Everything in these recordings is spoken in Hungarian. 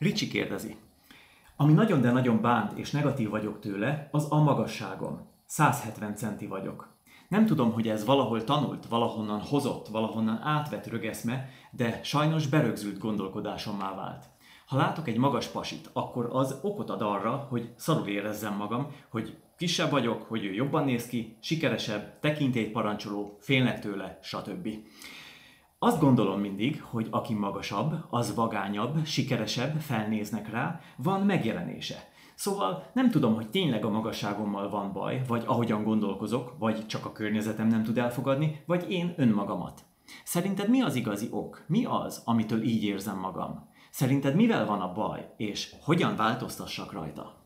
Ricsi kérdezi. Ami nagyon, de nagyon bánt és negatív vagyok tőle, az a magasságom. 170 centi vagyok. Nem tudom, hogy ez valahol tanult, valahonnan hozott, valahonnan átvett rögeszme, de sajnos berögzült gondolkodásommá vált. Ha látok egy magas pasit, akkor az okot ad arra, hogy szarul érezzem magam, hogy kisebb vagyok, hogy ő jobban néz ki, sikeresebb, tekintélyt parancsoló, félnek tőle, stb. Azt gondolom mindig, hogy aki magasabb, az vagányabb, sikeresebb, felnéznek rá, van megjelenése. Szóval nem tudom, hogy tényleg a magasságommal van baj, vagy ahogyan gondolkozok, vagy csak a környezetem nem tud elfogadni, vagy én önmagamat. Szerinted mi az igazi ok? Mi az, amitől így érzem magam? Szerinted mivel van a baj, és hogyan változtassak rajta?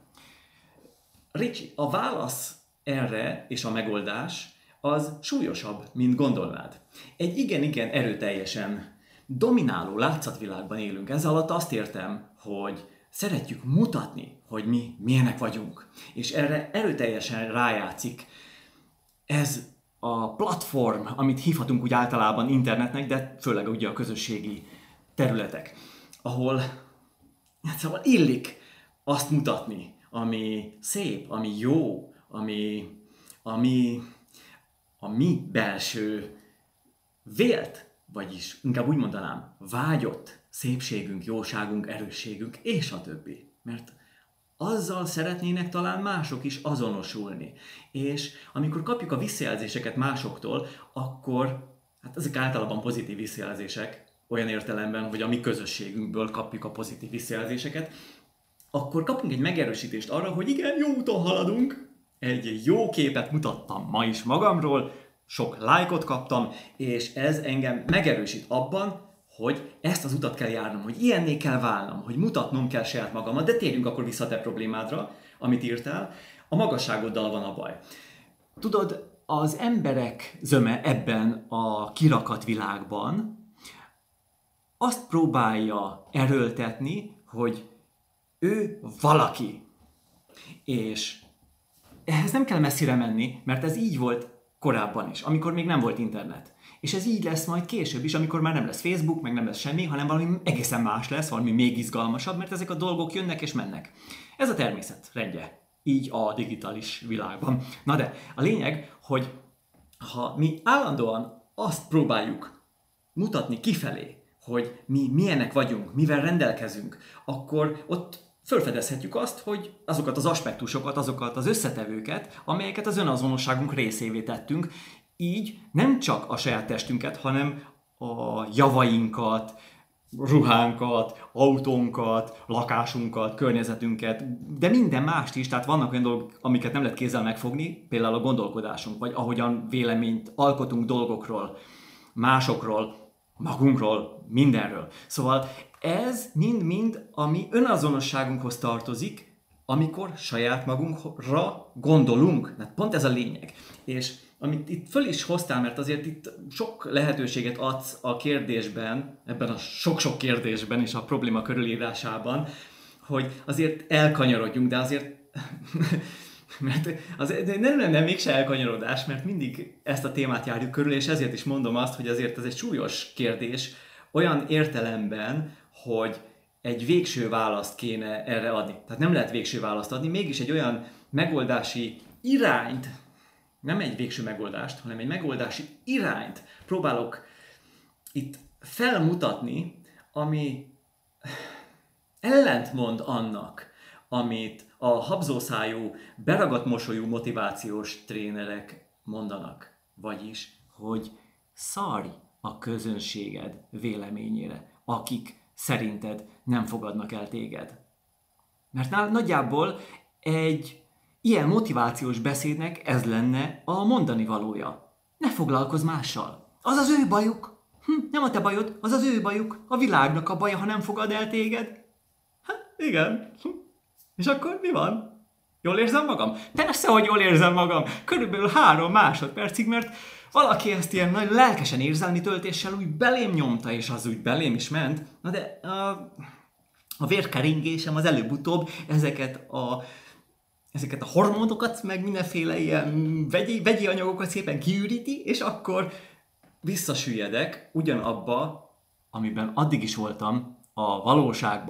Ricsi, a válasz erre és a megoldás az súlyosabb, mint gondolnád. Egy igen-igen erőteljesen domináló látszatvilágban élünk. Ezzel alatt azt értem, hogy szeretjük mutatni, hogy mi milyenek vagyunk. És erre erőteljesen rájátszik ez a platform, amit hívhatunk úgy általában internetnek, de főleg ugye a közösségi területek, ahol szóval illik azt mutatni, ami szép, ami jó, ami a mi belső vélt, vagyis inkább úgy mondanám, vágyott szépségünk, jóságunk, erősségünk, és a többi. Mert azzal szeretnének talán mások is azonosulni. És amikor kapjuk a visszajelzéseket másoktól, akkor, hát ezek általában pozitív visszajelzések, olyan értelemben, hogy a mi közösségünkből kapjuk a pozitív visszajelzéseket, akkor kapunk egy megerősítést arra, hogy igen, jó úton haladunk, egy jó képet mutattam ma is magamról, sok lájkot kaptam, és ez engem megerősít abban, hogy ezt az utat kell járnom, hogy ilyenné kell válnom, hogy mutatnom kell saját magamat, de térjünk akkor vissza a te problémádra, amit írtál, a magasságoddal van a baj. Tudod, az emberek zöme ebben a kirakat világban azt próbálja erőltetni, hogy ő valaki. És ehhez nem kell messzire menni, mert ez így volt korábban is, amikor még nem volt internet. És ez így lesz majd később is, amikor már nem lesz Facebook, meg nem lesz semmi, hanem valami egészen más lesz, valami még izgalmasabb, mert ezek a dolgok jönnek és mennek. Ez a természet rendje, így a digitális világban. Na de a lényeg, hogy ha mi állandóan azt próbáljuk mutatni kifelé, hogy mi milyenek vagyunk, mivel rendelkezünk, akkor ott felfedezhetjük azt, hogy azokat az aspektusokat, azokat az összetevőket, amelyeket az önazonosságunk részévé tettünk, így nem csak a saját testünket, hanem a javainkat, ruhánkat, autónkat, lakásunkat, környezetünket, de minden mást is, tehát vannak olyan dolgok, amiket nem lehet kézzel megfogni, például a gondolkodásunk, vagy ahogyan véleményt alkotunk dolgokról, másokról, magunkról, mindenről. Szóval ez mind-mind a mi önazonosságunkhoz tartozik, amikor saját magunkra gondolunk. Hát pont ez a lényeg. És amit itt föl is hoztál, mert azért itt sok lehetőséget adsz a kérdésben, ebben a sok-sok kérdésben és a probléma körülírásában, hogy azért elkanyarodjunk, de azért mert nem lenne mégse elkanyarodás, mert mindig ezt a témát járjuk körül, és ezért is mondom azt, hogy azért ez egy súlyos kérdés, olyan értelemben, hogy egy végső választ kéne erre adni. Tehát nem lehet végső választ adni, mégis egy olyan megoldási irányt, nem egy végső megoldást, hanem egy megoldási irányt próbálok itt felmutatni, ami ellentmond annak, amit a habzószájú, beragadt mosolyú motivációs trénerek mondanak. Vagyis, hogy szarj a közönséged véleményére, akik szerinted nem fogadnak el téged. Mert nagyjából egy ilyen motivációs beszédnek ez lenne a mondani valója. Ne foglalkozz mással. Az az ő bajuk. Nem a te bajod, az az ő bajuk. A világnak a baja, ha nem fogad el téged. Hát igen. És akkor mi van? Jól érzem magam? Persze, hogy jól érzem magam. Körülbelül 3 másodpercig, mert valaki ezt ilyen nagy lelkesen érzelmi töltéssel úgy belém nyomta, és az úgy belém is ment. Na de a vérkeringésem az előbb-utóbb ezeket a hormonokat, meg mindenféle ilyen vegyi anyagokat szépen kiüríti, és akkor visszasüllyedek ugyanabba, amiben addig is voltam, a valóságba.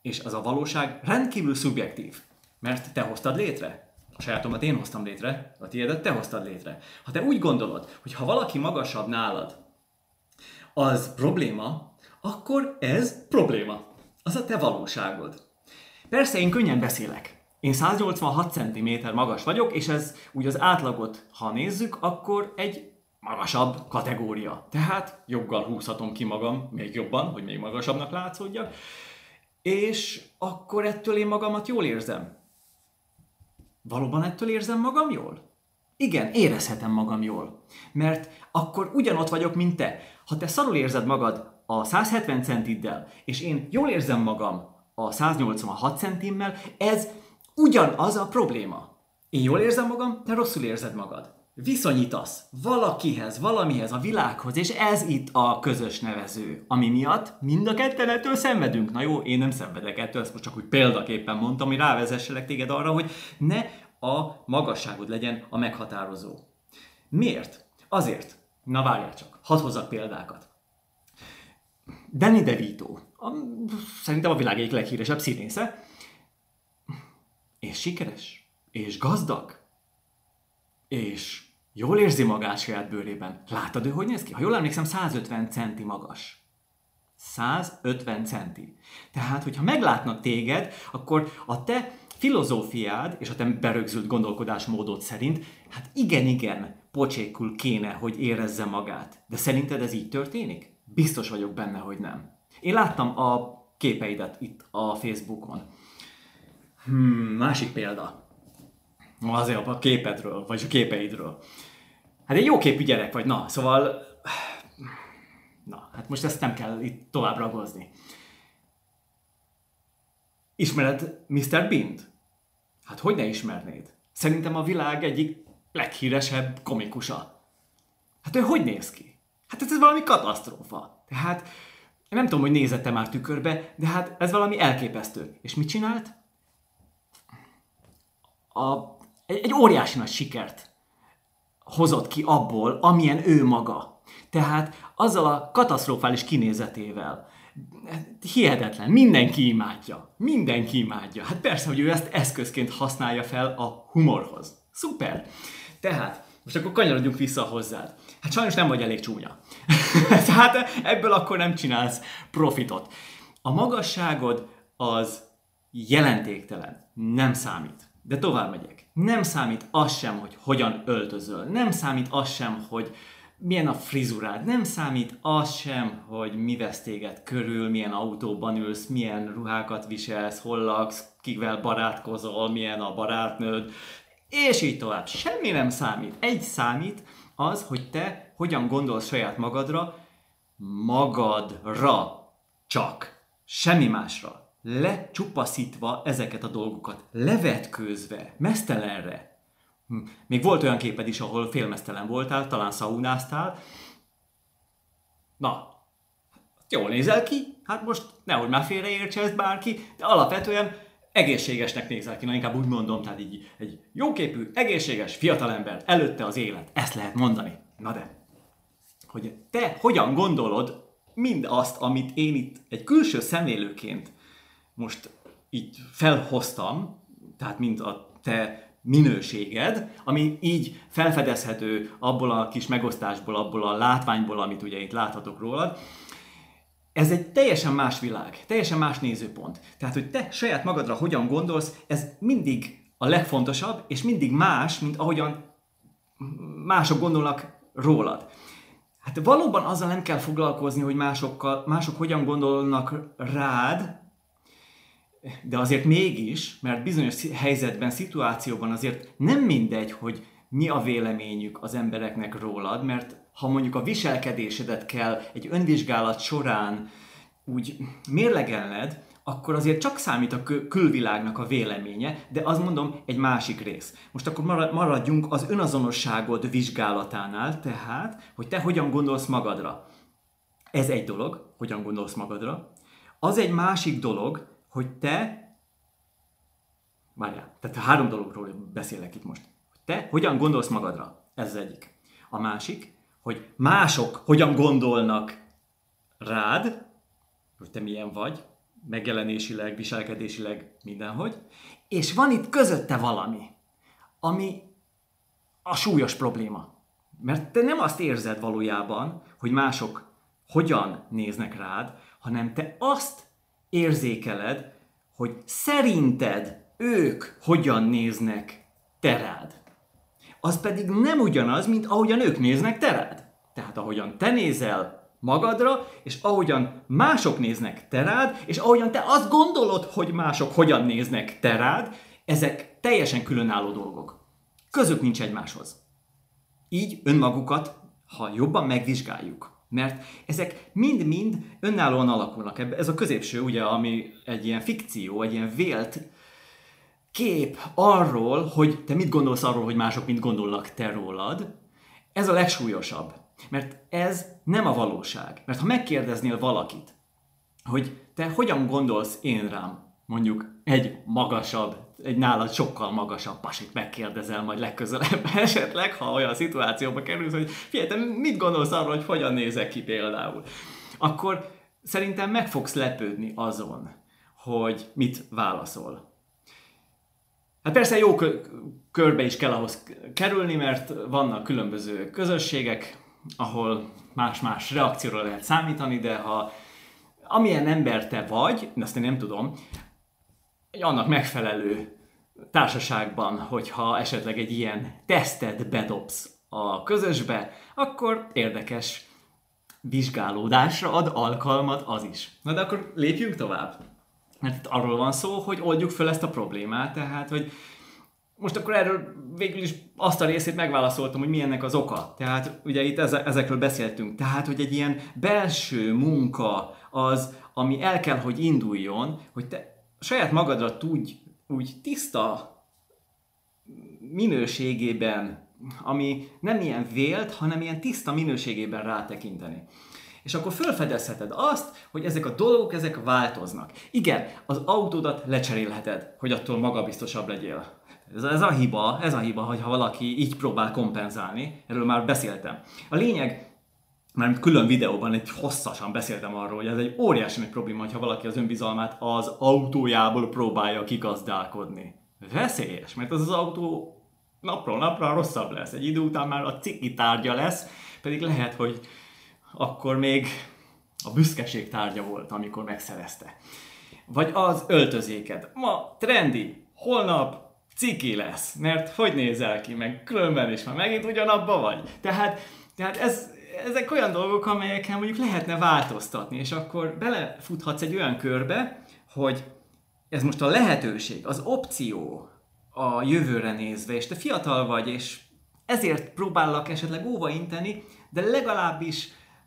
És az a valóság rendkívül szubjektív, mert te hoztad létre. A sajátomat én hoztam létre, a tiédet te hoztad létre. Ha te úgy gondolod, hogy ha valaki magasabb nálad, az probléma, akkor ez probléma. Az a te valóságod. Persze én könnyen beszélek. Én 186 cm magas vagyok, és ez úgy az átlagot, ha nézzük, akkor egy magasabb kategória. Tehát joggal húzhatom ki magam még jobban, hogy még magasabbnak látszódjak, és akkor ettől én magamat jól érzem. Valóban ettől érzem magam jól? Igen, érezhetem magam jól. Mert akkor ugyanott vagyok, mint te. Ha te szarul érzed magad a 170 centiddel, és én jól érzem magam a 186 centimmel, ez ugyanaz a probléma. Én jól érzem magam, te rosszul érzed magad. Viszonyítasz valakihez, valamihez, a világhoz, és ez itt a közös nevező, ami miatt mind a ketten ettől szenvedünk. Na jó, én nem szenvedek ettől, ezt most csak úgy példaképpen mondtam, hogy rávezesselek téged arra, hogy ne a magasságod legyen a meghatározó. Miért? Azért. Na várjál csak, hadd hozzak példákat. Danny DeVito, szerintem a világ egyik leghíresebb színésze, és sikeres, és gazdag, és jól érzi magát saját bőrében. Látod ő, hogy néz ki? Ha jól emlékszem, 150 centi magas. 150 centi. Tehát, hogyha meglátnak téged, akkor a te filozófiád és a te berögzült gondolkodásmódod szerint, hát igen, pocsékul kéne, hogy érezze magát. De szerinted ez így történik? Biztos vagyok benne, hogy nem. Én láttam a képeidet itt a Facebookon. Másik példa. Azért a képedről, vagy a képeidről. Hát egy jó képű gyerek vagy, na, szóval... Na, hát most ezt nem kell itt tovább ragozni. Ismered Mr. Beant? Hát hogy ne ismernéd? Szerintem a világ egyik leghíresebb komikusa. Hát ő hogy néz ki? Hát ez valami katasztrófa. Tehát nem tudom, hogy nézette már tükörbe, de hát ez valami elképesztő. És mit csinált? Egy óriási nagy sikert hozott ki abból, amilyen ő maga. Tehát azzal a katasztrofális kinézetével. Hihetetlen, mindenki imádja. Mindenki imádja. Hát persze, hogy ő ezt eszközként használja fel a humorhoz. Szuper! Tehát, most akkor kanyarodjunk vissza hozzád. Hát sajnos nem vagy elég csúnya. Tehát ebből akkor nem csinálsz profitot. A magasságod az jelentéktelen, nem számít. De tovább megyek. Nem számít az sem, hogy hogyan öltözöl. Nem számít az sem, hogy milyen a frizurád. Nem számít az sem, hogy mi vesz téged körül, milyen autóban ülsz, milyen ruhákat viselsz, hol laksz, kivel barátkozol, milyen a barátnőd, és így tovább. Semmi nem számít. Egy számít az, hogy te hogyan gondolsz saját magadra, magadra csak. Semmi másra. Lecsupaszítva ezeket a dolgokat, levetkőzve, meztelenre. Még volt olyan képed is, ahol félmeztelen voltál, talán szaunáztál. Na, jól nézel ki, hát most nehogy már félreértse ezt bárki, de alapvetően egészségesnek nézel ki, na inkább úgy mondom, tehát így egy jóképű, egészséges fiatalember, előtte az élet, ezt lehet mondani. Na de, hogy te hogyan gondolod mindazt, amit én itt egy külső szemlélőként most így felhoztam, tehát mint a te minőséged, ami így felfedezhető abból a kis megosztásból, abból a látványból, amit ugye itt láthatok rólad. Ez egy teljesen más világ, teljesen más nézőpont. Tehát, hogy te saját magadra hogyan gondolsz, ez mindig a legfontosabb, és mindig más, mint ahogyan mások gondolnak rólad. Hát valóban azzal nem kell foglalkozni, hogy mások hogyan gondolnak rád, de azért mégis, mert bizonyos helyzetben, szituációban azért nem mindegy, hogy mi a véleményük az embereknek rólad, mert ha mondjuk a viselkedésedet kell egy önvizsgálat során úgy mérlegelned, akkor azért csak számít a külvilágnak a véleménye, de azt mondom, egy másik rész. Most akkor maradjunk az önazonosságod vizsgálatánál, tehát, hogy te hogyan gondolsz magadra. Ez egy dolog, hogyan gondolsz magadra. Az egy másik dolog, hogy te... Várjál, tehát 3 dologról beszélek itt most. Te hogyan gondolsz magadra? Ez az egyik. A másik, hogy mások hogyan gondolnak rád, hogy te milyen vagy, megjelenésileg, viselkedésileg, mindenhogy. És van itt közötte valami, ami a súlyos probléma. Mert te nem azt érzed valójában, hogy mások hogyan néznek rád, hanem te azt érzékeled, hogy szerinted ők hogyan néznek te rád. Az pedig nem ugyanaz, mint ahogyan ők néznek te rád. Tehát ahogyan te nézel magadra, és ahogyan mások néznek te rád, és ahogyan te azt gondolod, hogy mások hogyan néznek te rád, ezek teljesen különálló dolgok. Közük nincs egymáshoz. Így önmagukat, ha jobban megvizsgáljuk, mert ezek mind-mind önállóan alakulnak. Ez a középső, ugye, ami egy ilyen fikció, egy ilyen vélt kép arról, hogy te mit gondolsz arról, hogy mások mit gondolnak te rólad, ez a legsúlyosabb. Mert ez nem a valóság. Mert ha megkérdeznél valakit, hogy te hogyan gondolsz én rám, mondjuk egy nálad sokkal magasabb pasit megkérdezel majd legközelebb esetleg, ha olyan szituációba kerülsz, hogy figyelj, te mit gondolsz arról, hogy hogyan nézek ki például, akkor szerintem meg fogsz lepődni azon, hogy mit válaszol. Hát persze jó körbe is kell ahhoz kerülni, mert vannak különböző közösségek, ahol más-más reakcióra lehet számítani, de ha amilyen ember te vagy, azt én nem tudom, annak megfelelő társaságban, hogyha esetleg egy ilyen tesztet bedobsz a közösbe, akkor érdekes vizsgálódásra ad alkalmat az is. Na de akkor lépjünk tovább. Mert itt arról van szó, hogy oldjuk föl ezt a problémát, tehát, hogy most akkor erről végül is azt a részét megválaszoltam, hogy mi ennek az oka. Tehát ugye itt ezekről beszéltünk. Tehát, hogy egy ilyen belső munka az, ami el kell, hogy induljon, hogy te saját magadra tudj úgy tiszta minőségében, ami nem ilyen vélt, hanem ilyen tiszta minőségében rátekinteni. És akkor felfedezheted azt, hogy ezek a dolgok, ezek változnak. Igen, az autódat lecserélheted, hogy attól magabiztosabb legyél. Ez a hiba, hogyha valaki így próbál kompenzálni, erről már beszéltem. A lényeg, már külön videóban egy hosszasan beszéltem arról, hogy ez egy óriási nagy probléma, hogyha valaki az önbizalmát az autójából próbálja kigazdálkodni. Veszélyes, mert az autó napról napra rosszabb lesz. Egy idő után már a ciki tárgya lesz, pedig lehet, hogy akkor még a büszkeség tárgya volt, amikor megszerezte. Vagy az öltözéked. Ma trendi, holnap ciki lesz, mert hogy nézel ki, meg különben is már megint ugyanabba vagy. Tehát ezek olyan dolgok, amelyeken mondjuk lehetne változtatni, és akkor belefuthatsz egy olyan körbe, hogy ez most a lehetőség, az opció a jövőre nézve, és te fiatal vagy, és ezért próbállak esetleg óvainteni, de legalábbis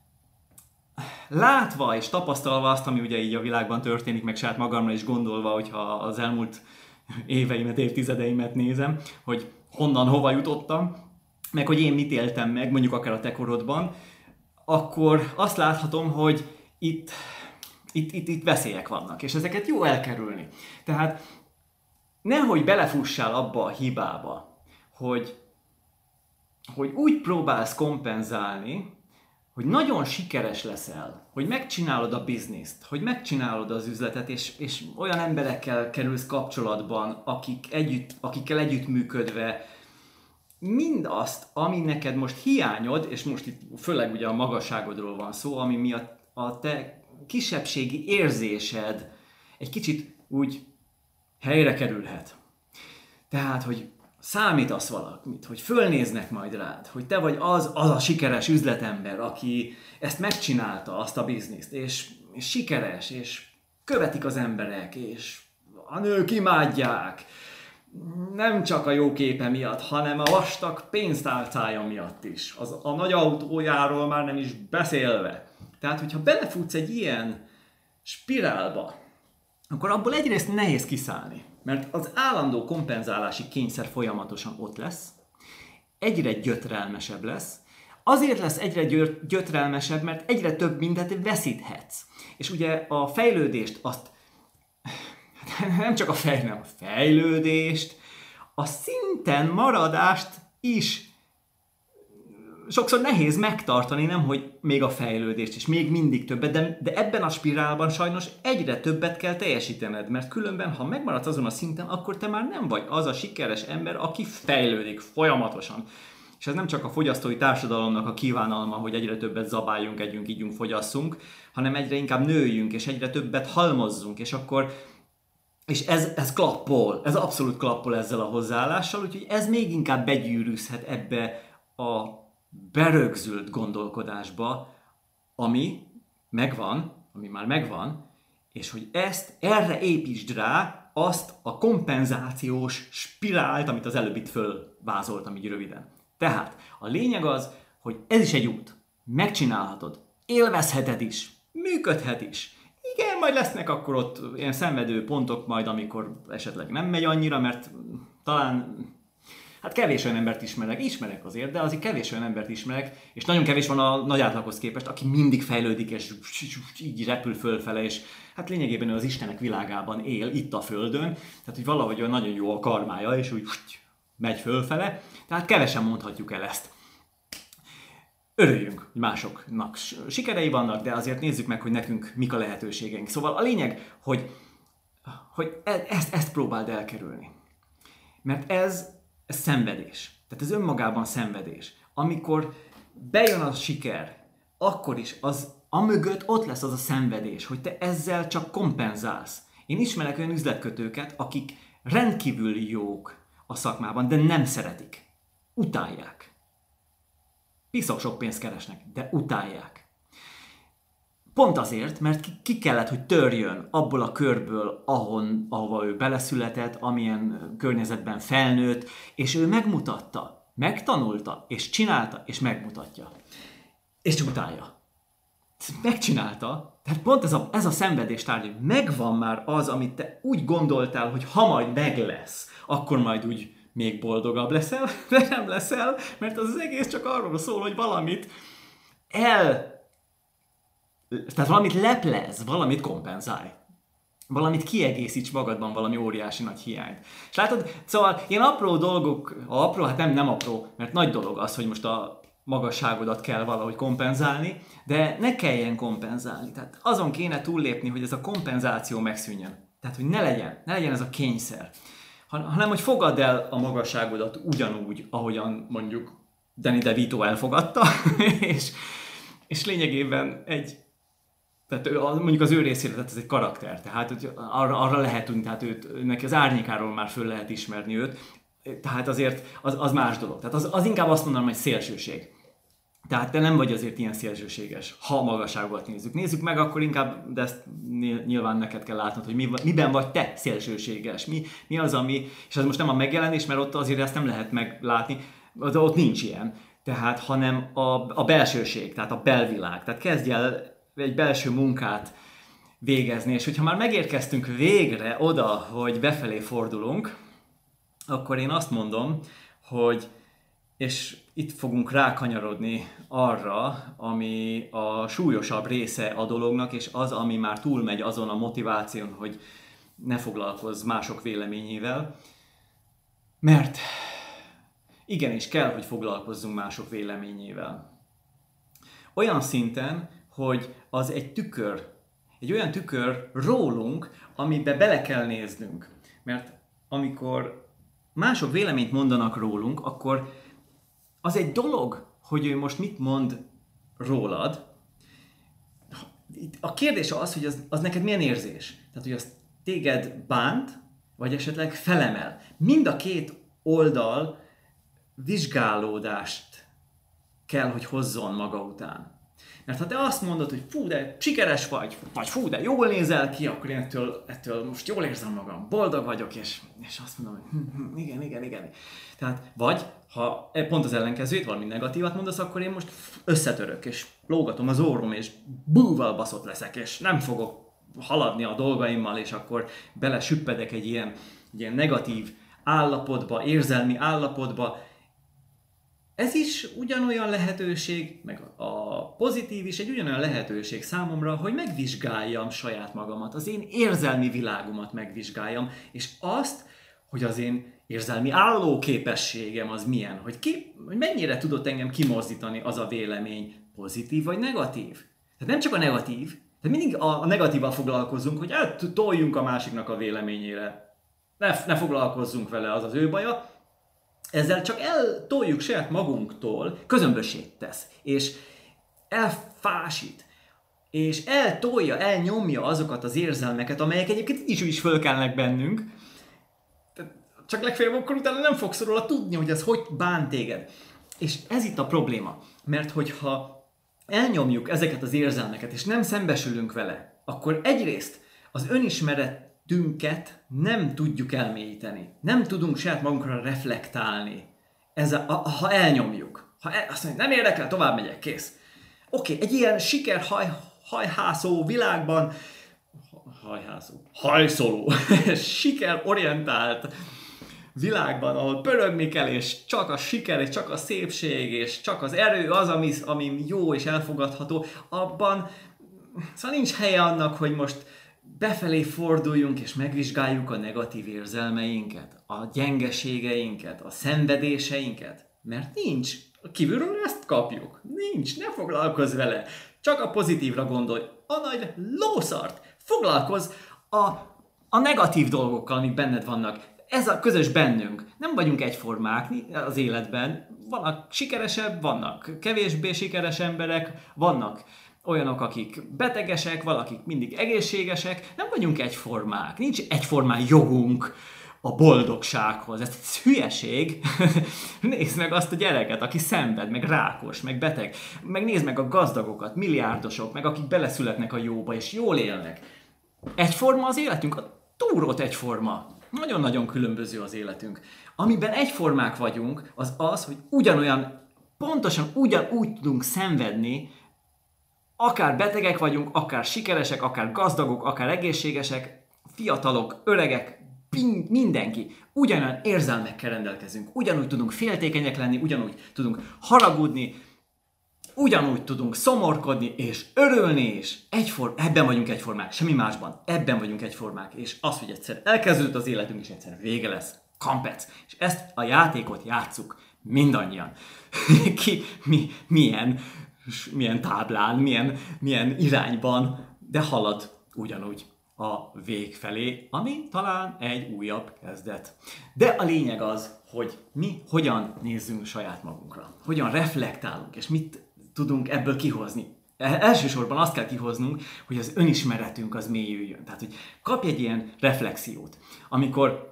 látva és tapasztalva azt, ami ugye így a világban történik, meg saját magamra is gondolva, hogyha az elmúlt éveimet, évtizedeimet nézem, hogy honnan, hova jutottam, meg hogy én mit éltem meg, mondjuk akár a te korodban, akkor azt láthatom, hogy itt veszélyek vannak, és ezeket jó elkerülni. Tehát nehogy belefussál abba a hibába, hogy úgy próbálsz kompenzálni, hogy nagyon sikeres leszel, hogy megcsinálod a bizniszt, hogy megcsinálod az üzletet, és olyan emberekkel kerülsz kapcsolatban, akikkel együttműködve, mindazt, ami neked most hiányod, és most itt főleg ugye a magasságodról van szó, ami miatt a te kisebbségi érzésed egy kicsit úgy helyre kerülhet. Tehát, hogy számítasz valamit, hogy fölnéznek majd rád, hogy te vagy az a sikeres üzletember, aki ezt megcsinálta, azt a bizniszt, és sikeres, és követik az emberek, és a nők imádják, nem csak a jó képe miatt, hanem a vastag pénztárcája miatt is. A nagy autójáról már nem is beszélve. Tehát, hogyha belefutsz egy ilyen spirálba, akkor abból egyrészt nehéz kiszállni. Mert az állandó kompenzálási kényszer folyamatosan ott lesz, egyre gyötrelmesebb lesz, azért lesz egyre gyötrelmesebb, mert egyre több mindent veszíthetsz. És ugye a fejlődést azt, nem csak a fejlődést, a szinten maradást is sokszor nehéz megtartani, nem hogy még a fejlődést, és még mindig többet, de ebben a spirálban sajnos egyre többet kell teljesítened, mert különben, ha megmaradsz azon a szinten, akkor te már nem vagy az a sikeres ember, aki fejlődik folyamatosan. És ez nem csak a fogyasztói társadalomnak a kívánalma, hogy egyre többet zabáljunk, együnk, ígyunk, fogyasszunk, hanem egyre inkább nőjünk, és egyre többet halmozzunk, és ez klappol, ez abszolút klappol ezzel a hozzáállással, úgyhogy ez még inkább begyűrűzhet ebbe a berögzült gondolkodásba, ami már megvan, és hogy erre építsd rá azt a kompenzációs spirált, amit az előbb itt fölvázoltam így röviden. Tehát a lényeg az, hogy ez is egy út. Megcsinálhatod, élvezheted is, működhet is. Igen, majd lesznek akkor ott ilyen szenvedő pontok majd, amikor esetleg nem megy annyira, mert talán, hát kevés olyan embert ismerek azért, de azért kevés olyan embert ismerek, és nagyon kevés van a nagy átlaghoz képest, aki mindig fejlődik, és így repül fölfele, és hát lényegében ő az Istenek világában él, itt a Földön, tehát hogy valahogy olyan nagyon jó a karmája, és úgy megy fölfele, tehát kevesen mondhatjuk el ezt. Örüljünk, hogy másoknak sikerei vannak, de azért nézzük meg, hogy nekünk mik a lehetőségeink. Szóval a lényeg, hogy ezt próbáld elkerülni. Mert ez szenvedés. Tehát ez önmagában szenvedés. Amikor bejön a siker, akkor is amögött ott lesz az a szenvedés, hogy te ezzel csak kompenzálsz. Én ismerek olyan üzletkötőket, akik rendkívül jók a szakmában, de nem szeretik. Utálják. Piszok sok pénzt keresnek, de utálják. Pont azért, mert ki kellett, hogy törjön abból a körből, ahova ő beleszületett, amilyen környezetben felnőtt, és ő megmutatta, megtanulta, és csinálta, és megmutatja. És utálja. Megcsinálta, tehát pont ez a szenvedés tárgy, hogy megvan már az, amit te úgy gondoltál, hogy ha majd meg lesz, akkor majd úgy még boldogabb leszel, de nem leszel, mert az egész csak arról szól, hogy tehát valamit leplez, valamit kompenzálj. Valamit kiegészíts magadban, valami óriási nagy hiányt. És látod, szóval ilyen apró dolgok, hát nem apró, mert nagy dolog az, hogy most a magasságodat kell valahogy kompenzálni, de ne kelljen kompenzálni. Tehát azon kéne túllépni, hogy ez a kompenzáció megszűnjön. Tehát, hogy ne legyen ez a kényszer. Hanem, hogy fogadd el a magasságodat ugyanúgy, ahogyan mondjuk Danny DeVito elfogadta, és lényegében tehát mondjuk az ő részére, tehát ez egy karakter, tehát hogy arra lehet tudni, tehát neki az árnyékáról már föl lehet ismerni őt, tehát azért az más dolog. Tehát az inkább azt mondanám, hogy szélsőség. Tehát te nem vagy azért ilyen szélsőséges, ha magasságokat nézzük. Nézzük meg akkor inkább, de ezt nyilván neked kell látnod, hogy miben vagy te szélsőséges. Mi az, ami, és ez most nem a megjelenés, mert ott azért ezt nem lehet meglátni, de ott nincs ilyen. Tehát, hanem a belsőség, tehát a belvilág. Tehát kezdj el egy belső munkát végezni, és hogyha már megérkeztünk végre oda, hogy befelé fordulunk, akkor én azt mondom, hogy és itt fogunk rákanyarodni arra, ami a súlyosabb része a dolognak, és az, ami már túlmegy azon a motiváción, hogy ne foglalkozz mások véleményével. Mert igenis kell, hogy foglalkozzunk mások véleményével. Olyan szinten, hogy az egy olyan tükör rólunk, amiben bele kell néznünk. Mert amikor mások véleményt mondanak rólunk, akkor az egy dolog, hogy ő most mit mond rólad. A kérdés az, hogy az neked milyen érzés. Tehát, hogy az téged bánt, vagy esetleg felemel. Mind a két oldal vizsgálódást kell, hogy hozzon maga után. Mert ha te azt mondod, hogy fú, de sikeres vagy fú, de jól nézel ki, akkor én ettől most jól érzem magam, boldog vagyok, és azt mondom, hogy igen. Tehát, vagy ha pont az ellenkezőjét, valami negatívat mondasz, akkor én most összetörök, és lógatom az orrom, és búval baszott leszek, és nem fogok haladni a dolgaimmal, és akkor belesüppedek egy ilyen negatív állapotba, érzelmi állapotba. Ez is ugyanolyan lehetőség, meg a pozitív is egy ugyanolyan lehetőség számomra, hogy megvizsgáljam saját magamat, az én érzelmi világomat megvizsgáljam, és azt, hogy az én érzelmi állóképességem az milyen, hogy mennyire tudott engem kimozdítani az a vélemény, pozitív vagy negatív. Tehát nem csak a negatív, tehát mindig a negatívval foglalkozunk, hogy toljunk a másiknak a véleményére. Ne foglalkozzunk vele, az az ő baja. Ezzel csak eltoljuk saját magunktól, közömbössé tesz, és elfásít, és eltolja, elnyomja azokat az érzelmeket, amelyek egyébként is fölkelnek bennünk, csak legfeljebb akkor utána nem fogsz róla tudni, hogy ez hogy bánt téged. És ez itt a probléma, mert hogyha elnyomjuk ezeket az érzelmeket, és nem szembesülünk vele, akkor egyrészt az önismeretünket nem tudjuk elmélyíteni. Nem tudunk saját magunkra reflektálni, ha elnyomjuk. Azt mondjuk, nem érdekel, tovább megyek, kész. Oké, egy ilyen sikerhajhászó világban, hajszoló, sikerorientált világban, ahol pörögni kell, és csak a siker, és csak a szépség, és csak az erő az, ami jó és elfogadható, abban szóval nincs helye annak, hogy most befelé forduljunk, és megvizsgáljuk a negatív érzelmeinket, a gyengeségeinket, a szenvedéseinket, mert nincs. Kívülről ezt kapjuk. Nincs, ne foglalkozz vele. Csak a pozitívra gondolj. A nagy lószart. Foglalkozz a negatív dolgokkal, amik benned vannak. Ez a közös bennünk. Nem vagyunk egyformák az életben. Vannak sikeresebb, vannak kevésbé sikeres emberek, vannak olyanok, akik betegesek, valakik mindig egészségesek. Nem vagyunk egyformák. Nincs egyformán jogunk a boldogsághoz. Ez hülyeség. Nézd meg azt a gyereket, aki szenved, meg rákos, meg beteg. Meg nézd meg a gazdagokat, milliárdosok, meg akik beleszületnek a jóba, és jól élnek. Egyforma az életünk? A túrót egyforma. Nagyon-nagyon különböző az életünk. Amiben egyformák vagyunk, az, hogy pontosan ugyanúgy tudunk szenvedni, akár betegek vagyunk, akár sikeresek, akár gazdagok, akár egészségesek, fiatalok, öregek, mindenki. Ugyanolyan érzelmekkel rendelkezünk, ugyanúgy tudunk féltékenyek lenni, ugyanúgy tudunk haragudni, ugyanúgy tudunk szomorkodni és örülni, és ebben vagyunk egyformák, semmi másban. Ebben vagyunk egyformák, és az, hogy egyszer elkezdődött az életünk, és egyszer vége lesz. Kampec. És ezt a játékot játsszuk mindannyian. Milyen táblán, milyen irányban, de halad ugyanúgy a vég felé, ami talán egy újabb kezdet. De a lényeg az, hogy mi hogyan nézzünk saját magunkra, hogyan reflektálunk, és mit tudunk ebből kihozni. Elsősorban azt kell kihoznunk, hogy az önismeretünk az mélyüljön. Tehát, hogy kapj egy ilyen reflexiót, amikor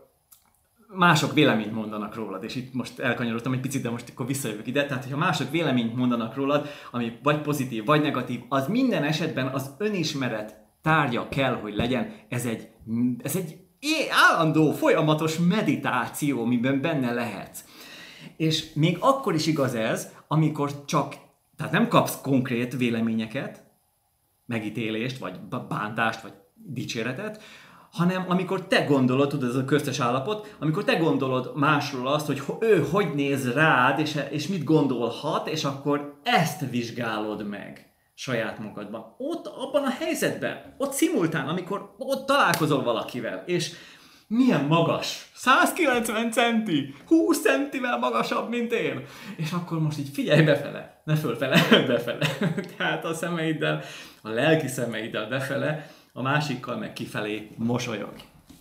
mások véleményt mondanak rólad, és itt most elkanyarodtam egy picit, de most akkor visszajövök ide, tehát hogyha mások véleményt mondanak rólad, ami vagy pozitív, vagy negatív, az minden esetben az önismeret tárgya kell, hogy legyen. Ez egy állandó, folyamatos meditáció, amiben benne lehetsz. És még akkor is igaz ez, amikor tehát nem kapsz konkrét véleményeket, megítélést, vagy bántást, vagy dicséretet, hanem amikor te gondolod, tudod, ez a köztes állapot, amikor te gondolod másról azt, hogy ő hogy néz rád, és mit gondolhat, és akkor ezt vizsgálod meg saját magadban. Ott, abban a helyzetben, ott szimultán, amikor ott találkozol valakivel, és milyen magas, 190 centi, 20 centivel magasabb, mint én. És akkor most így figyelj befele, ne fölfele, befele. Tehát a szemeiddel, a lelki szemeiddel befele, a másikkal meg kifelé mosolyog.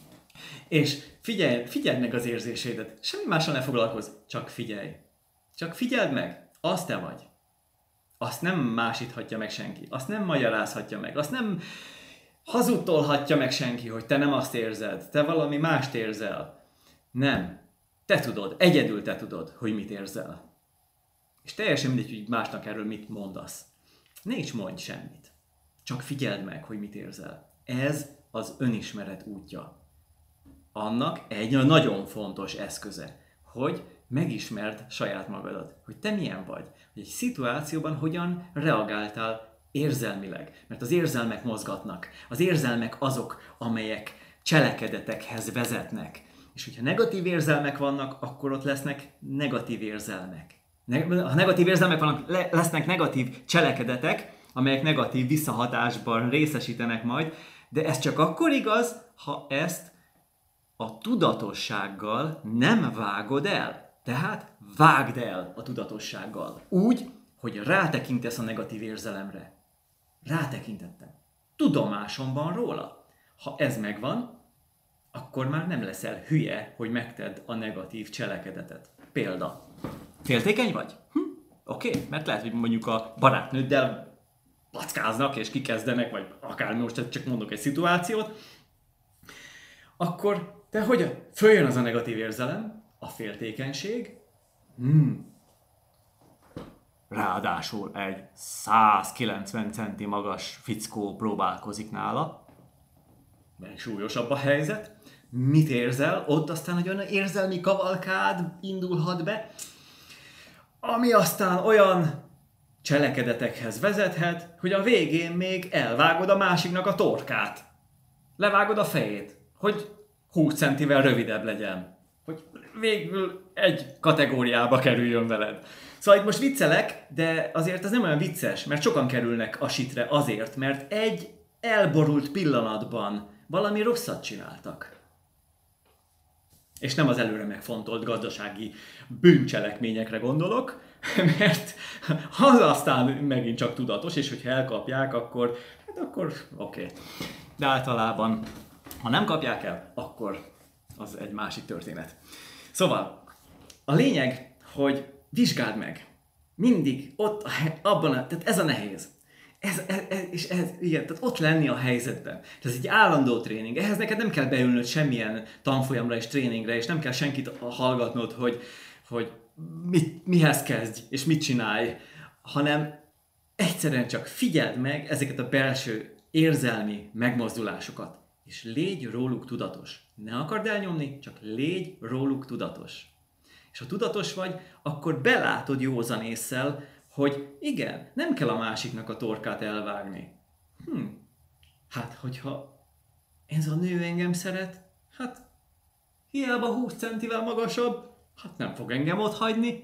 És figyeld meg az érzéseidet. Semmi mással ne foglalkozz, csak figyelj. Csak figyeld meg, az te vagy. Azt nem másíthatja meg senki. Azt nem magyarázhatja meg. Azt nem hazudtolhatja meg senki, hogy te nem azt érzed. Te valami mást érzel. Nem. Te tudod, egyedül te tudod, hogy mit érzel. És teljesen mindegy, hogy másnak erről mit mondasz. Ne is mondj semmit. Csak figyeld meg, hogy mit érzel. Ez az önismeret útja. Annak egy nagyon fontos eszköze, hogy megismerd saját magadat, hogy te milyen vagy, hogy egy szituációban hogyan reagáltál érzelmileg. Mert az érzelmek mozgatnak. Az érzelmek azok, amelyek cselekedetekhez vezetnek. És hogyha negatív érzelmek vannak, akkor ott lesznek negatív érzelmek. Ha negatív érzelmek vannak, lesznek negatív cselekedetek, amelyek negatív visszahatásban részesítenek majd, de ez csak akkor igaz, ha ezt a tudatossággal nem vágod el. Tehát vágd el a tudatossággal. Úgy, hogy rátekintesz a negatív érzelemre. Rátekintettem. Tudomásom van róla. Ha ez megvan, akkor már nem leszel hülye, hogy megtedd a negatív cselekedetet. Példa. Féltékeny vagy? Oké, mert lehet, hogy mondjuk a barátnőddel packáznak és kikezdenek, vagy akár most csak mondok egy szituációt, akkor te hogy följön az a negatív érzelem, a féltékenység, ráadásul egy 190 centi magas fickó próbálkozik nála, meg súlyosabb a helyzet, mit érzel? Ott aztán egy olyan érzelmi kavalkád indulhat be, ami aztán olyan cselekedetekhez vezethet, hogy a végén még elvágod a másiknak a torkát. Levágod a fejét, hogy 20 centivel rövidebb legyen. Hogy végül egy kategóriába kerüljön veled. Szóval itt most viccelek, de azért ez nem olyan vicces, mert sokan kerülnek a sitre azért, mert egy elborult pillanatban valami rosszat csináltak. És nem az előre megfontolt gazdasági bűncselekményekre gondolok, mert az aztán megint csak tudatos, és hogyha elkapják, akkor oké. De általában, ha nem kapják el, akkor az egy másik történet. Szóval, a lényeg, hogy vizsgáld meg. Mindig ott, tehát ez a nehéz. Igen, tehát ott lenni a helyzetben. Ez egy állandó tréning. Ehhez neked nem kell beülnöd semmilyen tanfolyamra és tréningre, és nem kell senkit hallgatnod, hogy mihez kezdj, és mit csinálj, hanem egyszerűen csak figyeld meg ezeket a belső érzelmi megmozdulásokat, és légy róluk tudatos. Ne akard elnyomni, csak légy róluk tudatos. És ha tudatos vagy, akkor belátod józan ésszel, hogy igen, nem kell a másiknak a torkát elvágni. Hát, hogyha ez a nő engem szeret, hát hiába 20 centivel magasabb, hát nem fog engem otthagyni.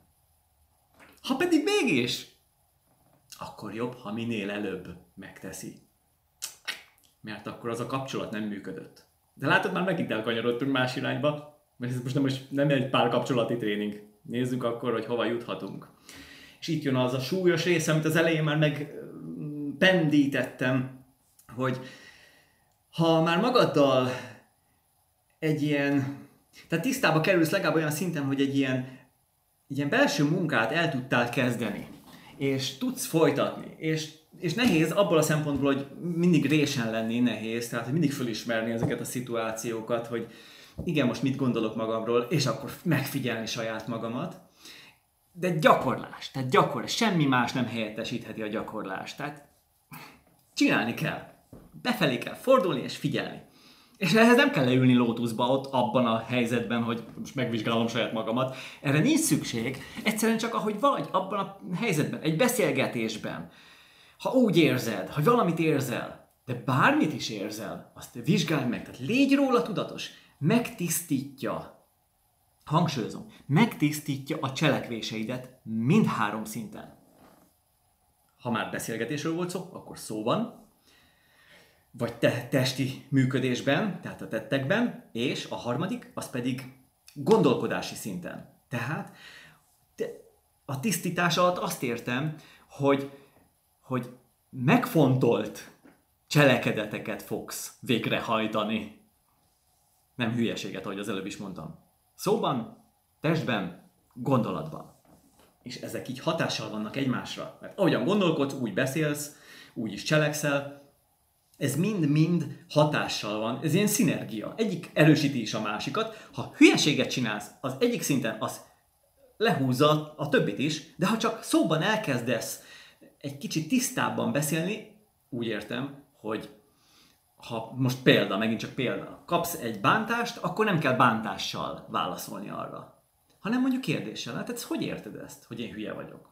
Ha pedig mégis, akkor jobb, ha minél előbb megteszi. Mert akkor az a kapcsolat nem működött. De látod, már megint elkanyarodtunk más irányba, mert ez most nem egy párkapcsolati tréning. Nézzük akkor, hogy hova juthatunk. És itt jön az a súlyos rész, amit az elején már megpendítettem, hogy ha már magaddal egy ilyen, tehát tisztába kerülsz legalább olyan szinten, hogy egy ilyen belső munkát el tudtál kezdeni, és tudsz folytatni, és nehéz abból a szempontból, hogy mindig résen lenni nehéz, tehát hogy mindig fölismerni ezeket a szituációkat, hogy igen, most mit gondolok magamról, és akkor megfigyelni saját magamat. De gyakorlás, semmi más nem helyettesítheti a gyakorlást. Tehát csinálni kell. Befelé kell fordulni és figyelni. És ehhez nem kell leülni lótuszba ott abban a helyzetben, hogy most megvizsgálom saját magamat. Erre nincs szükség. Egyszerűen csak ahogy vagy abban a helyzetben, egy beszélgetésben. Ha úgy érzed, hogy valamit érzel, de bármit is érzel, azt vizsgálj meg. Tehát légy róla tudatos. Megtisztítja, hangsúlyozom, megtisztítja a cselekvéseidet mindhárom szinten. Ha már beszélgetésről volt szó, akkor szóban, vagy testi működésben, tehát a tettekben, és a harmadik, az pedig gondolkodási szinten. Tehát a tisztítás alatt azt értem, hogy megfontolt cselekedeteket fogsz végrehajtani. Nem hülyeséget, ahogy az előbb is mondtam. Szóban, testben, gondolatban. És ezek így hatással vannak egymásra. Mert ahogyan gondolkodsz, úgy beszélsz, úgy is cselekszel. Ez mind-mind hatással van. Ez ilyen szinergia. Egyik erősíti is a másikat. Ha hülyeséget csinálsz az egyik szinten, az lehúzza a többit is, de ha csak szóban elkezdesz egy kicsit tisztábban beszélni, úgy értem, hogy ha most megint csak példa, kapsz egy bántást, akkor nem kell bántással válaszolni arra, hanem mondjuk kérdéssel. Hát ez hogy érted ezt, hogy én hülye vagyok?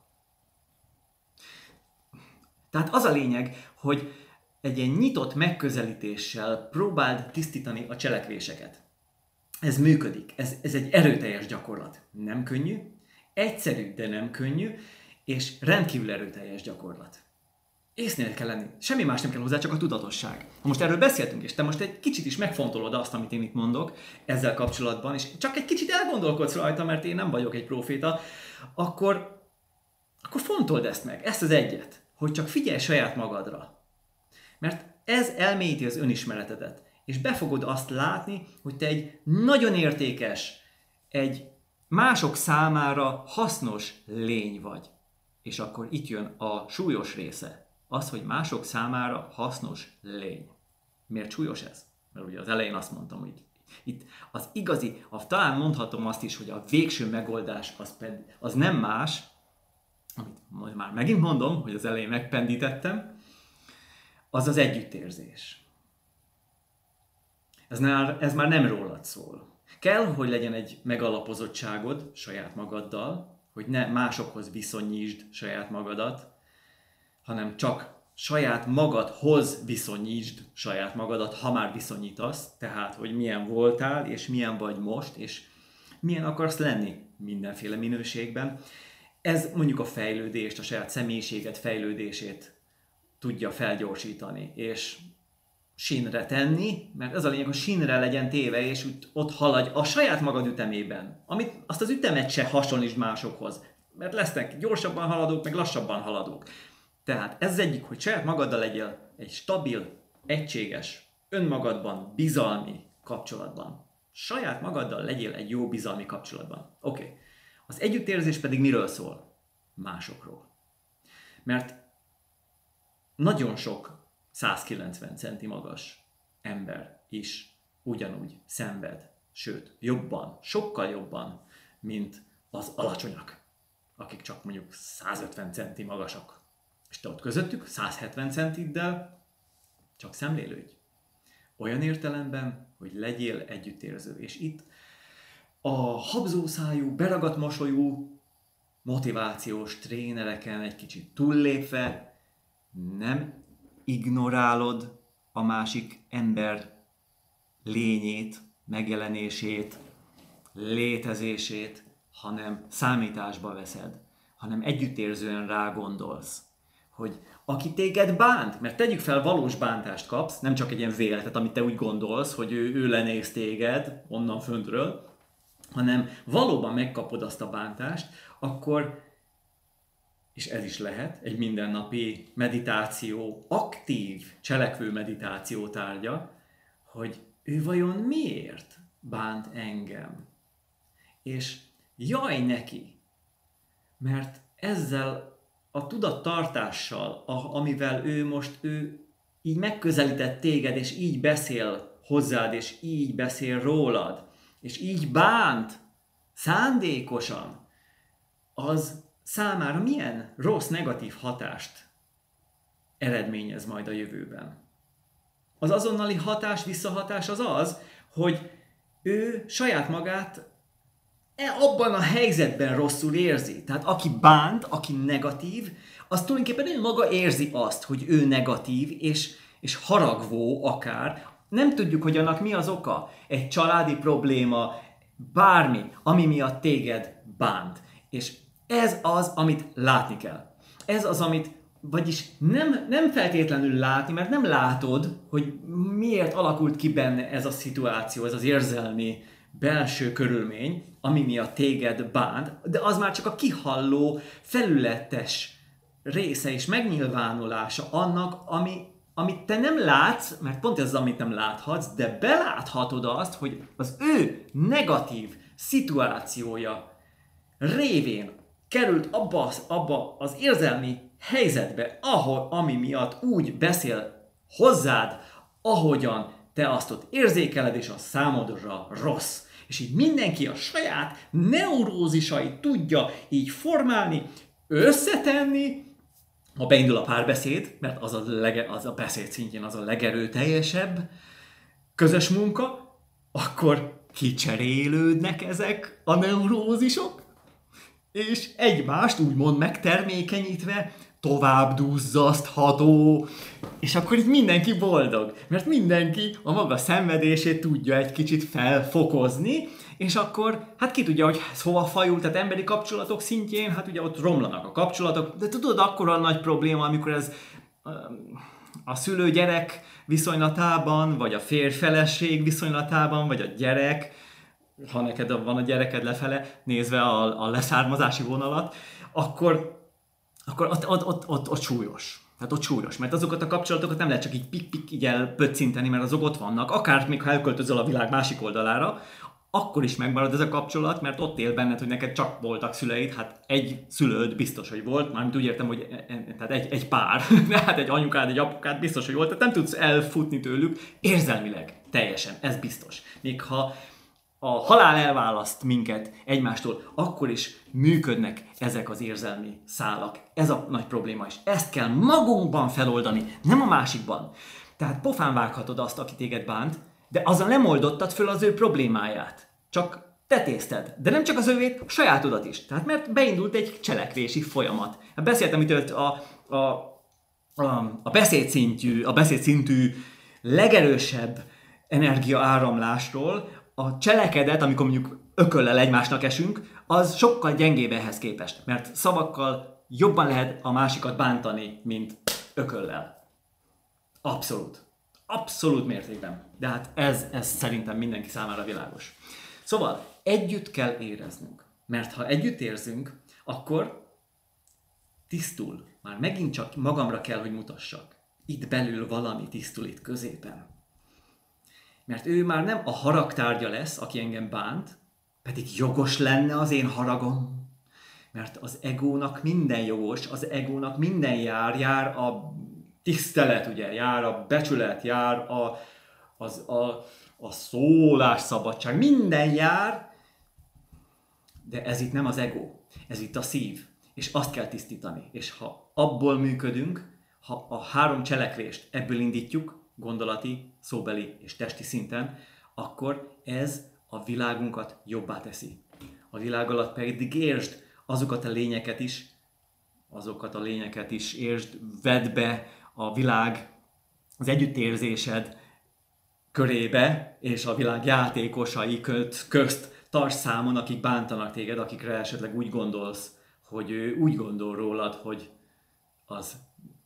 Tehát az a lényeg, hogy egy ilyen nyitott megközelítéssel próbáld tisztítani a cselekvéseket. Ez működik, ez egy erőteljes gyakorlat. Nem könnyű, egyszerű, de nem könnyű, és rendkívül erőteljes gyakorlat. észnél kell lenni. Semmi más nem kell hozzá, csak a tudatosság. Ha most erről beszéltünk, és te most egy kicsit is megfontolod azt, amit én itt mondok ezzel kapcsolatban, és csak egy kicsit elgondolkodsz rajta, mert én nem vagyok egy proféta, akkor fontold ezt meg, ezt az egyet, hogy csak figyelj saját magadra. Mert ez elmélyíti az önismeretedet, és be fogod azt látni, hogy te egy nagyon értékes, egy mások számára hasznos lény vagy. És akkor itt jön a súlyos része. Az, hogy mások számára hasznos lény. Miért súlyos ez? Mert ugye az elején azt mondtam, hogy itt az igazi, talán mondhatom azt is, hogy a végső megoldás az nem más, amit majd már megint mondom, hogy az elején megpendítettem, az az együttérzés. Ez már nem rólad szól. Kell, hogy legyen egy megalapozottságod saját magaddal, hogy ne másokhoz viszonyítsd saját magadat, hanem csak saját magadhoz viszonyítsd saját magadat, ha már viszonyítasz, tehát, hogy milyen voltál, és milyen vagy most, és milyen akarsz lenni mindenféle minőségben. Ez mondjuk a fejlődést, a saját személyiséget fejlődését tudja felgyorsítani, és sínre tenni, mert ez a lényeg, hogy sínre legyen téve, és ott haladj a saját magad ütemében. Azt az ütemet se hasonlítsd másokhoz, mert lesznek gyorsabban haladók, meg lassabban haladók. Tehát ez egyik, hogy saját magaddal legyél egy stabil, egységes, önmagadban, bizalmi kapcsolatban. Saját magaddal legyél egy jó bizalmi kapcsolatban. Oké. Az együttérzés pedig miről szól? Másokról. Mert nagyon sok 190 centi magas ember is ugyanúgy szenved, sőt, jobban, sokkal jobban, mint az alacsonyak, akik csak mondjuk 150 centi magasak. És te ott közöttük 170 centiddel csak szemlélődj. Olyan értelemben, hogy legyél együttérző. És itt a habzószájú, beragadt mosolyú motivációs trénereken egy kicsit túllépve nem ignorálod a másik ember lényét, megjelenését, létezését, hanem számításba veszed, hanem együttérzően rágondolsz, hogy aki téged bánt, mert tegyük fel, valós bántást kapsz, nem csak egy ilyen véletet, amit te úgy gondolsz, hogy ő lenéz téged onnan föntről, hanem valóban megkapod azt a bántást, akkor, és ez is lehet egy mindennapi meditáció, aktív cselekvő meditáció tárgya, hogy ő vajon miért bánt engem? És jaj neki, mert ezzel a tudattartással, amivel ő így megközelített téged, és így beszél hozzád, és így beszél rólad, és így bánt szándékosan, az számára milyen rossz, negatív hatást eredményez majd a jövőben. Az azonnali hatás, visszahatás az, hogy ő saját magát abban a helyzetben rosszul érzi. Tehát aki bánt, aki negatív, az tulajdonképpen ő maga érzi azt, hogy ő negatív, és haragvó akár. Nem tudjuk, hogy annak mi az oka. Egy családi probléma, bármi, ami miatt téged bánt. És ez az, amit látni kell. Ez az, vagyis nem feltétlenül látni, mert nem látod, hogy miért alakult ki benne ez a szituáció, ez az érzelmi belső körülmény, ami miatt téged bánt, de az már csak a kihalló, felületes része és megnyilvánulása annak, amit te nem látsz, mert pont ez az, amit nem láthatsz, de beláthatod azt, hogy az ő negatív szituációja révén került abba az érzelmi helyzetbe, ami miatt úgy beszél hozzád, ahogyan te azt ott érzékeled, és az számodra rossz. És így mindenki a saját neurózisait tudja így formálni, összetenni, ha beindul a párbeszéd, mert az a beszéd szintjén az a legerőteljesebb közös munka, akkor kicserélődnek ezek a neurózisok, és egymást úgymond megtermékenyítve tovább duzzasztható, és akkor itt mindenki boldog, mert mindenki a maga szenvedését tudja egy kicsit felfokozni, és akkor, hát ki tudja, hogy ez hova fajul, tehát emberi kapcsolatok szintjén, hát ugye ott romlanak a kapcsolatok, de tudod, akkora nagy probléma, amikor ez a szülő-gyerek viszonylatában, vagy a férj-feleség viszonylatában, vagy a gyerek, ha neked van a gyereked lefele, nézve a leszármazási vonalat, akkor ott súlyos. Tehát ott súlyos, mert azokat a kapcsolatokat nem lehet csak így pik-pik így elpöccinteni, mert azok ott vannak. Akár még ha elköltözöl a világ másik oldalára, akkor is megmarad ez a kapcsolat, mert ott él benned, hogy neked csak voltak szüleid, hát egy szülőd biztos, hogy volt, mármint úgy értem, hogy tehát egy pár, de hát egy anyukád, egy apukád biztos, hogy volt, tehát nem tudsz elfutni tőlük érzelmileg, teljesen, ez biztos. Még ha a halál elválaszt minket egymástól, akkor is működnek ezek az érzelmi szálak. Ez a nagy probléma is. Ezt kell magunkban feloldani, nem a másikban. Tehát pofán vághatod azt, aki téged bánt, de azzal nem oldottad föl az ő problémáját. Csak tetézted. De nem csak az övét, a sajátodat is. Tehát mert beindult egy cselekvési folyamat. Beszéltem itt a beszédszintű legerősebb energiaáramlásról. A cselekedet, amikor mondjuk ököllel egymásnak esünk, az sokkal gyengébb ehhez képest. Mert szavakkal jobban lehet a másikat bántani, mint ököllel. Abszolút. Abszolút mértékben. De hát ez szerintem mindenki számára világos. Szóval együtt kell éreznünk. Mert ha együtt érzünk, akkor tisztul. Már megint csak magamra kell, hogy mutassak. Itt belül valami tisztul itt középen. Mert ő már nem a haragtárgya lesz, aki engem bánt, pedig jogos lenne az én haragom. Mert az egónak minden jogos, az egónak minden jár a tisztelet, ugye, jár a becsület, jár a szólásszabadság, minden jár, de ez itt nem az ego, ez itt a szív, és azt kell tisztítani. És ha abból működünk, ha a 3 cselekvést ebből indítjuk, gondolati, szóbeli és testi szinten, akkor ez a világunkat jobbá teszi. A világ alatt pedig értsd azokat a lényeket is értsd, vedd be a világ, az együttérzésed körébe, és a világ játékosai közt tarts számon, akik bántanak téged, akikre esetleg úgy gondolsz, hogy ő úgy gondol rólad, hogy az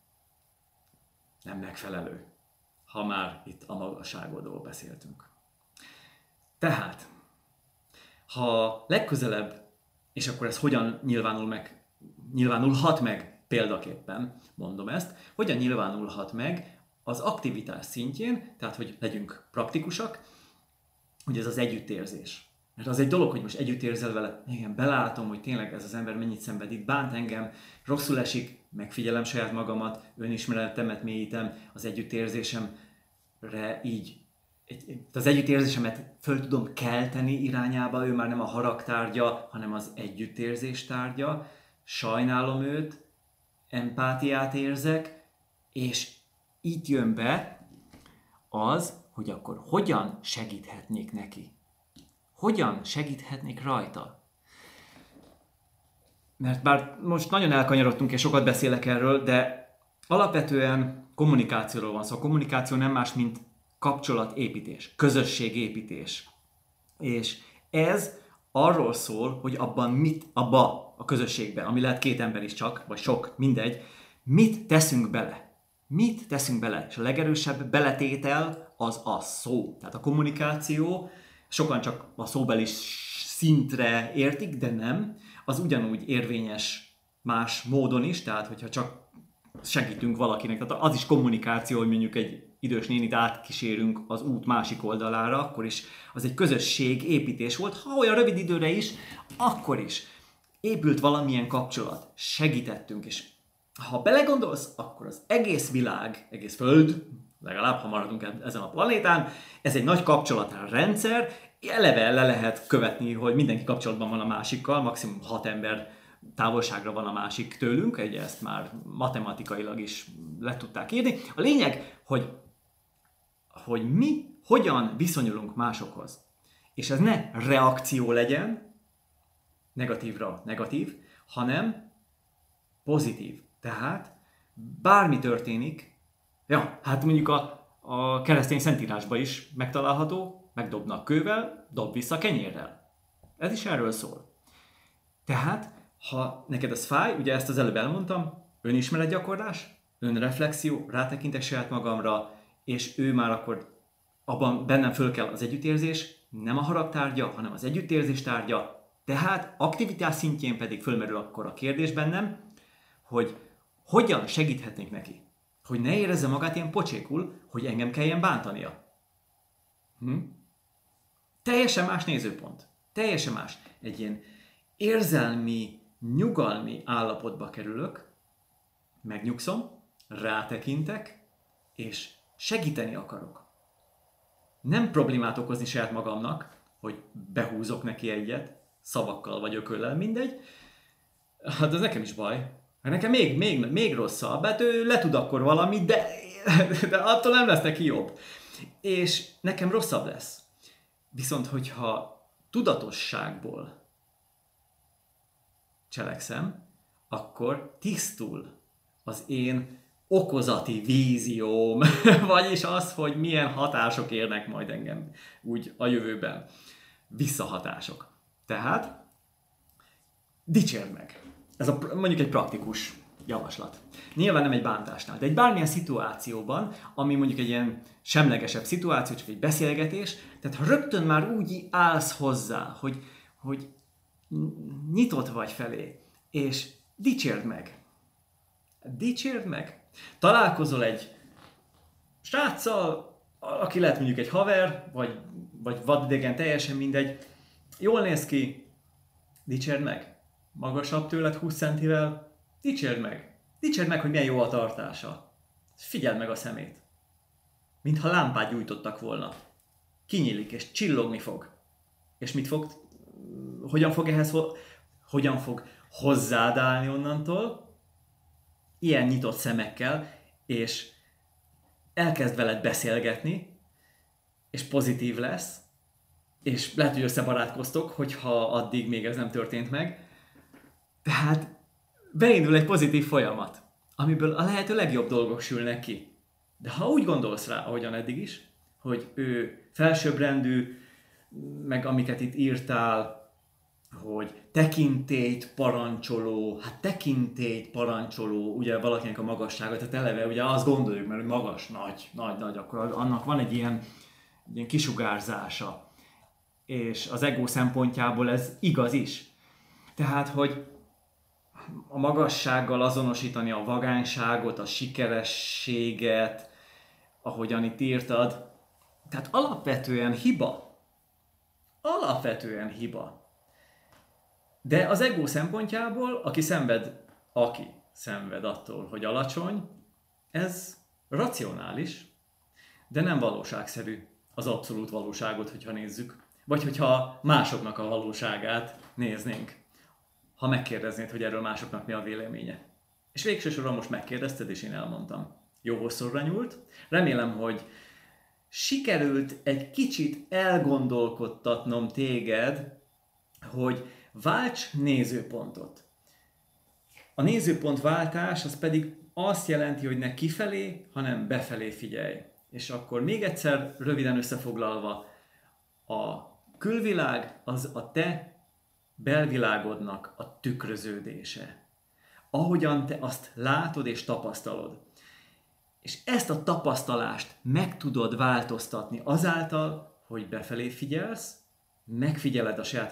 nem megfelelő, ha már itt a magasságodról beszéltünk. Tehát, ha legközelebb, és akkor ez hogyan nyilvánulhat meg példaképpen, mondom ezt, hogyan nyilvánulhat meg az aktivitás szintjén, tehát hogy legyünk praktikusak, hogy ez az együttérzés. Mert az egy dolog, hogy most együtt érzel vele, igen, belátom, hogy tényleg ez az ember mennyit szenved itt, bánt engem, rosszul esik, megfigyelem saját magamat, önismeretemet mélyítem, az együttérzésemre így, az együttérzésemet föl tudom kelteni irányába, ő már nem a haragtárgya, hanem az együttérzés tárgya, sajnálom őt, empátiát érzek, és itt jön be az, hogy akkor hogyan segíthetnék neki. Hogyan segíthetnék rajta? Mert bár most nagyon elkanyarodtunk, és sokat beszélek erről, de alapvetően kommunikációról van szó. A kommunikáció nem más, mint kapcsolatépítés, közösségépítés. És ez arról szól, hogy abba a közösségben, ami lehet 2 ember is csak, vagy sok, mindegy, mit teszünk bele. Mit teszünk bele? És a legerősebb beletétel az a szó. Tehát a kommunikáció, sokan csak a szóbeli szintre értik, de nem. Az ugyanúgy érvényes más módon is, tehát hogyha csak segítünk valakinek, tehát az is kommunikáció, hogy mondjuk egy idős nénit átkísérünk az út másik oldalára, akkor is az egy közösségépítés volt, ha olyan rövid időre is, akkor is épült valamilyen kapcsolat, segítettünk, és ha belegondolsz, akkor az egész világ, egész Föld, legalább ha maradunk ezen a planétán, ez egy nagy kapcsolatrendszer, eleve le lehet követni, hogy mindenki kapcsolatban van a másikkal, maximum 6 ember távolságra van a másik tőlünk, ezt már matematikailag is le tudták írni. A lényeg, hogy mi hogyan viszonyulunk másokhoz. És ez ne reakció legyen, negatívra negatív, hanem pozitív. Tehát bármi történik, hát mondjuk a keresztény szentírásban is megtalálható, megdobnak kővel, dob vissza kenyérrel. Ez is erről szól. Tehát, ha neked ez fáj, ugye ezt az előbb elmondtam, önismeretgyakorlás, önreflexió, rátekintek saját magamra, és ő már akkor abban bennem föl kell az együttérzés, nem a harag tárgya, hanem az együttérzés tárgya, tehát aktivitás szintjén pedig fölmerül akkor a kérdés bennem, hogy hogyan segíthetnék neki, hogy ne érezze magát ilyen pocsékul, hogy engem kelljen bántania. Teljesen más nézőpont. Teljesen más. Egy ilyen érzelmi, nyugalmi állapotba kerülök, megnyugszom, rátekintek, és segíteni akarok. Nem problémát okozni saját magamnak, hogy behúzok neki egyet, szavakkal vagy ököllel, mindegy. Hát ez nekem is baj. Nekem még rosszabb. Hát ő le tud akkor valamit, de attól nem lesz neki jobb. És nekem rosszabb lesz. Viszont hogyha tudatosságból cselekszem, akkor tisztul az én okozati vízióm, vagyis az, hogy milyen hatások érnek majd engem úgy a jövőben. Visszahatások. Tehát dicsérd meg. Ez mondjuk egy praktikus javaslat. Nyilván nem egy bántásnál, de egy bármilyen szituációban, ami mondjuk egy ilyen semlegesebb szituáció, csak egy beszélgetés, tehát ha rögtön már úgy állsz hozzá, hogy nyitott vagy felé, és dicsérd meg. Dicsérd meg. Találkozol egy sráccal, aki lehet mondjuk egy haver, vagy vadidegen, teljesen mindegy. Jól néz ki, dicsérd meg. Magasabb tőled 20 centivel, dicsérd meg. Dicsérd meg, hogy milyen jó a tartása. Figyeld meg a szemét. Mintha lámpát gyújtottak volna. Kinyílik és csillogni fog. És mit fog? Hogyan fog hozzád állni onnantól? Ilyen nyitott szemekkel, és elkezd veled beszélgetni, és pozitív lesz, és lehet, hogy összebarátkoztok, hogyha addig még ez nem történt meg. Tehát beindul egy pozitív folyamat, amiből a lehető legjobb dolgok sülnek ki. De ha úgy gondolsz rá, ahogyan eddig is, hogy ő felsőbbrendű, meg amiket itt írtál, hogy tekintélyt parancsoló, ugye valakinek a magassága, tehát eleve ugye azt gondoljuk, mert magas, nagy, akkor annak van egy ilyen kisugárzása. És az ego szempontjából ez igaz is. Tehát, hogy a magassággal azonosítani a vagányságot, a sikerességet, ahogyan itt írtad, tehát alapvetően hiba. Alapvetően hiba. De az ego szempontjából, aki szenved attól, hogy alacsony, ez racionális, de nem valóságszerű az abszolút valóságot, hogyha nézzük. Vagy hogyha másoknak a valóságát néznénk. Ha megkérdeznéd, hogy erről másoknak mi a véleménye. És végső soron most megkérdezted, és én elmondtam. Jó hosszúra nyúlt. Remélem, hogy sikerült egy kicsit elgondolkodtatnom téged, hogy válts nézőpontot. A nézőpontváltás az pedig azt jelenti, hogy ne kifelé, hanem befelé figyelj. És akkor még egyszer röviden összefoglalva, a külvilág az a te belvilágodnak a tükröződése. Ahogyan te azt látod és tapasztalod. És ezt a tapasztalást meg tudod változtatni azáltal, hogy befelé figyelsz, megfigyeled a saját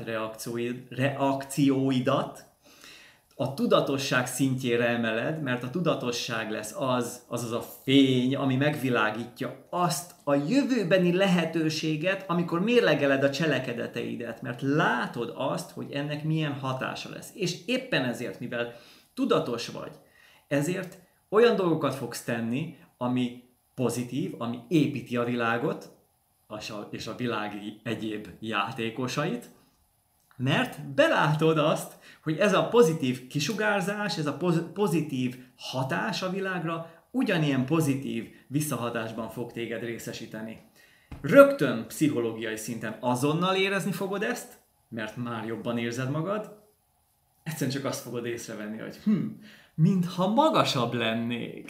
reakcióidat, a tudatosság szintjére emeled, mert a tudatosság lesz az a fény, ami megvilágítja azt a jövőbeni lehetőséget, amikor mérlegeled a cselekedeteidet, mert látod azt, hogy ennek milyen hatása lesz. És éppen ezért, mivel tudatos vagy, ezért olyan dolgokat fogsz tenni, ami pozitív, ami építi a világot, és a világ egyéb játékosait, mert belátod azt, hogy ez a pozitív kisugárzás, ez a pozitív hatás a világra ugyanilyen pozitív visszahatásban fog téged részesíteni. Rögtön pszichológiai szinten azonnal érezni fogod ezt, mert már jobban érzed magad, egyszerűen csak azt fogod észrevenni, hogy mintha magasabb lennék,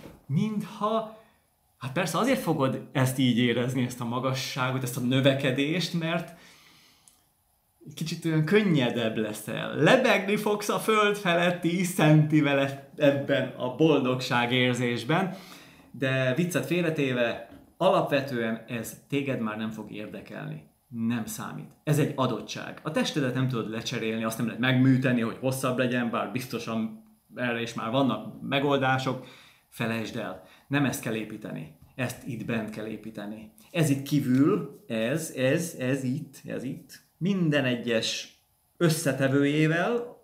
hát persze azért fogod ezt így érezni, ezt a magasságot, ezt a növekedést, mert kicsit olyan könnyedebb leszel. Lebegni fogsz a föld felett 10 centivel ebben a boldogság érzésben, de viccet félretéve, alapvetően ez téged már nem fog érdekelni. Nem számít. Ez egy adottság. A testedet nem tudod lecserélni, azt nem lehet megműteni, hogy hosszabb legyen, bár biztosan erre is már vannak megoldások. Felejtsd el. Nem ezt kell építeni. Ezt itt bent kell építeni. Ez itt kívül, ez itt, minden egyes összetevőjével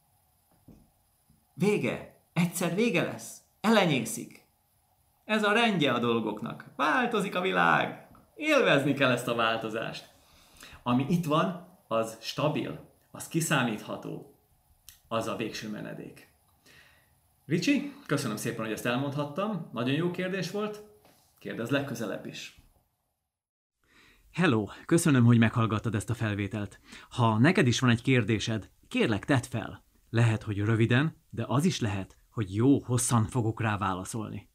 vége. Egyszer vége lesz. Elenyészik. Ez a rendje a dolgoknak. Változik a világ. Élvezni kell ezt a változást. Ami itt van, az stabil, az kiszámítható, az a végső menedék. Ricsi, köszönöm szépen, hogy ezt elmondhattam. Nagyon jó kérdés volt. Kérdezz legközelebb is. Hello, köszönöm, hogy meghallgattad ezt a felvételt. Ha neked is van egy kérdésed, kérlek tedd fel. Lehet, hogy röviden, de az is lehet, hogy jó hosszan fogok rá válaszolni.